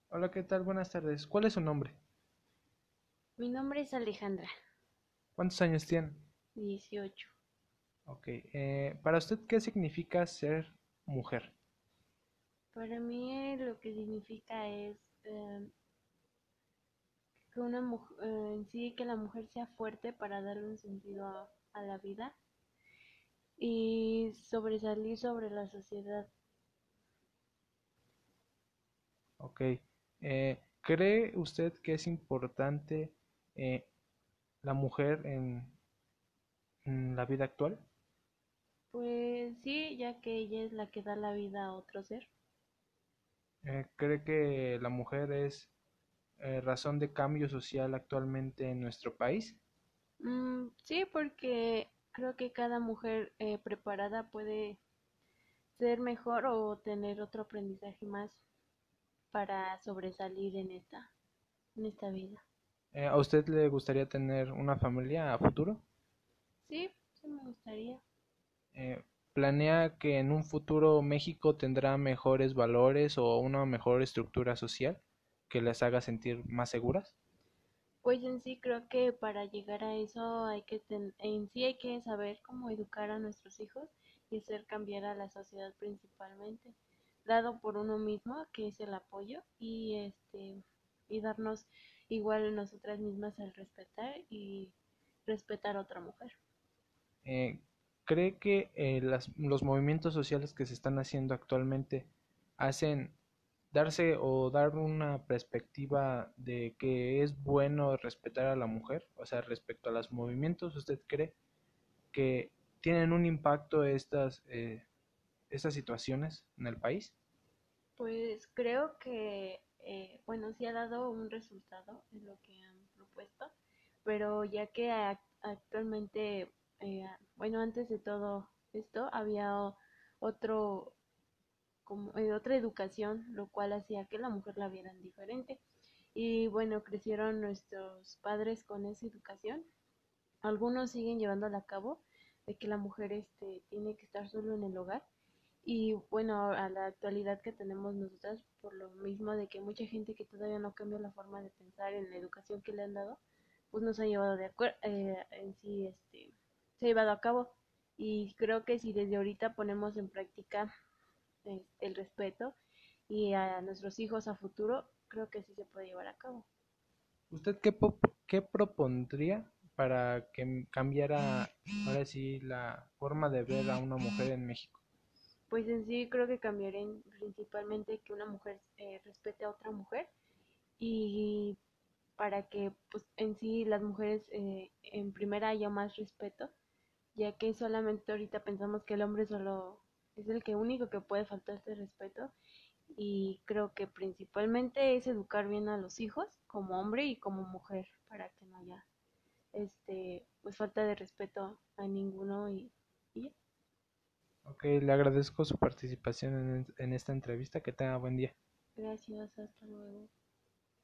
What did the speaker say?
Hola, ¿qué tal? Buenas tardes. ¿Cuál es su nombre? Mi nombre es Alejandra, ¿Cuántos años tiene? 18. Ok. Para usted, ¿qué significa ser mujer? Para mí lo que significa es que una mujer, en sí, que la mujer sea fuerte para darle un sentido a la vida y sobresalir sobre la sociedad. Ok. ¿Cree usted que es importante eh, la mujer en la vida actual? Pues sí, ya que ella es la que da la vida a otro ser. ¿Cree que la mujer es razón de cambio social actualmente en nuestro país? Sí, porque creo que cada mujer preparada puede ser mejor o tener otro aprendizaje más para sobresalir en esta vida. ¿A usted le gustaría tener una familia a futuro? Sí, sí me gustaría. ¿Planea que en un futuro México tendrá mejores valores o una mejor estructura social que les haga sentir más seguras? Pues en sí creo que para llegar a eso en sí hay que saber cómo educar a nuestros hijos y hacer cambiar a la sociedad principalmente, dado por uno mismo, que es el apoyo y darnos igual nosotras mismas el respetar y respetar a otra mujer. Eh, ¿Cree que los movimientos sociales que se están haciendo actualmente hacen darse o dar una perspectiva de que es bueno respetar a la mujer? O sea, respecto a los movimientos, ¿usted cree que tienen un impacto estas situaciones en el país? Pues creo que, bueno, sí ha dado un resultado en lo que han propuesto, pero ya que actualmente, bueno, antes de todo esto había otro, como otra educación, lo cual hacía que la mujer la vieran diferente. Y bueno, crecieron nuestros padres con esa educación. Algunos siguen llevándola a cabo, de que la mujer tiene que estar solo en el hogar y bueno, a la actualidad que tenemos nosotras, por lo mismo de que mucha gente que todavía no cambia la forma de pensar en la educación que le han dado, pues nos ha llevado de acuerdo, en sí, se ha llevado a cabo. Y creo que si desde ahorita ponemos en práctica el respeto y a nuestros hijos a futuro, creo que sí se puede llevar a cabo. ¿Usted qué propondría para que cambiara ahora sí la forma de ver a una mujer en México? Pues en sí creo que cambiaría principalmente que una mujer respete a otra mujer y para que pues en sí las mujeres en primera haya más respeto, ya que solamente ahorita pensamos que el hombre solo es el que único que puede faltar este respeto y creo que principalmente es educar bien a los hijos como hombre y como mujer para que no haya pues falta de respeto a ninguno y ya. Ok, le agradezco su participación en esta entrevista. Que tenga buen día. Gracias, hasta luego.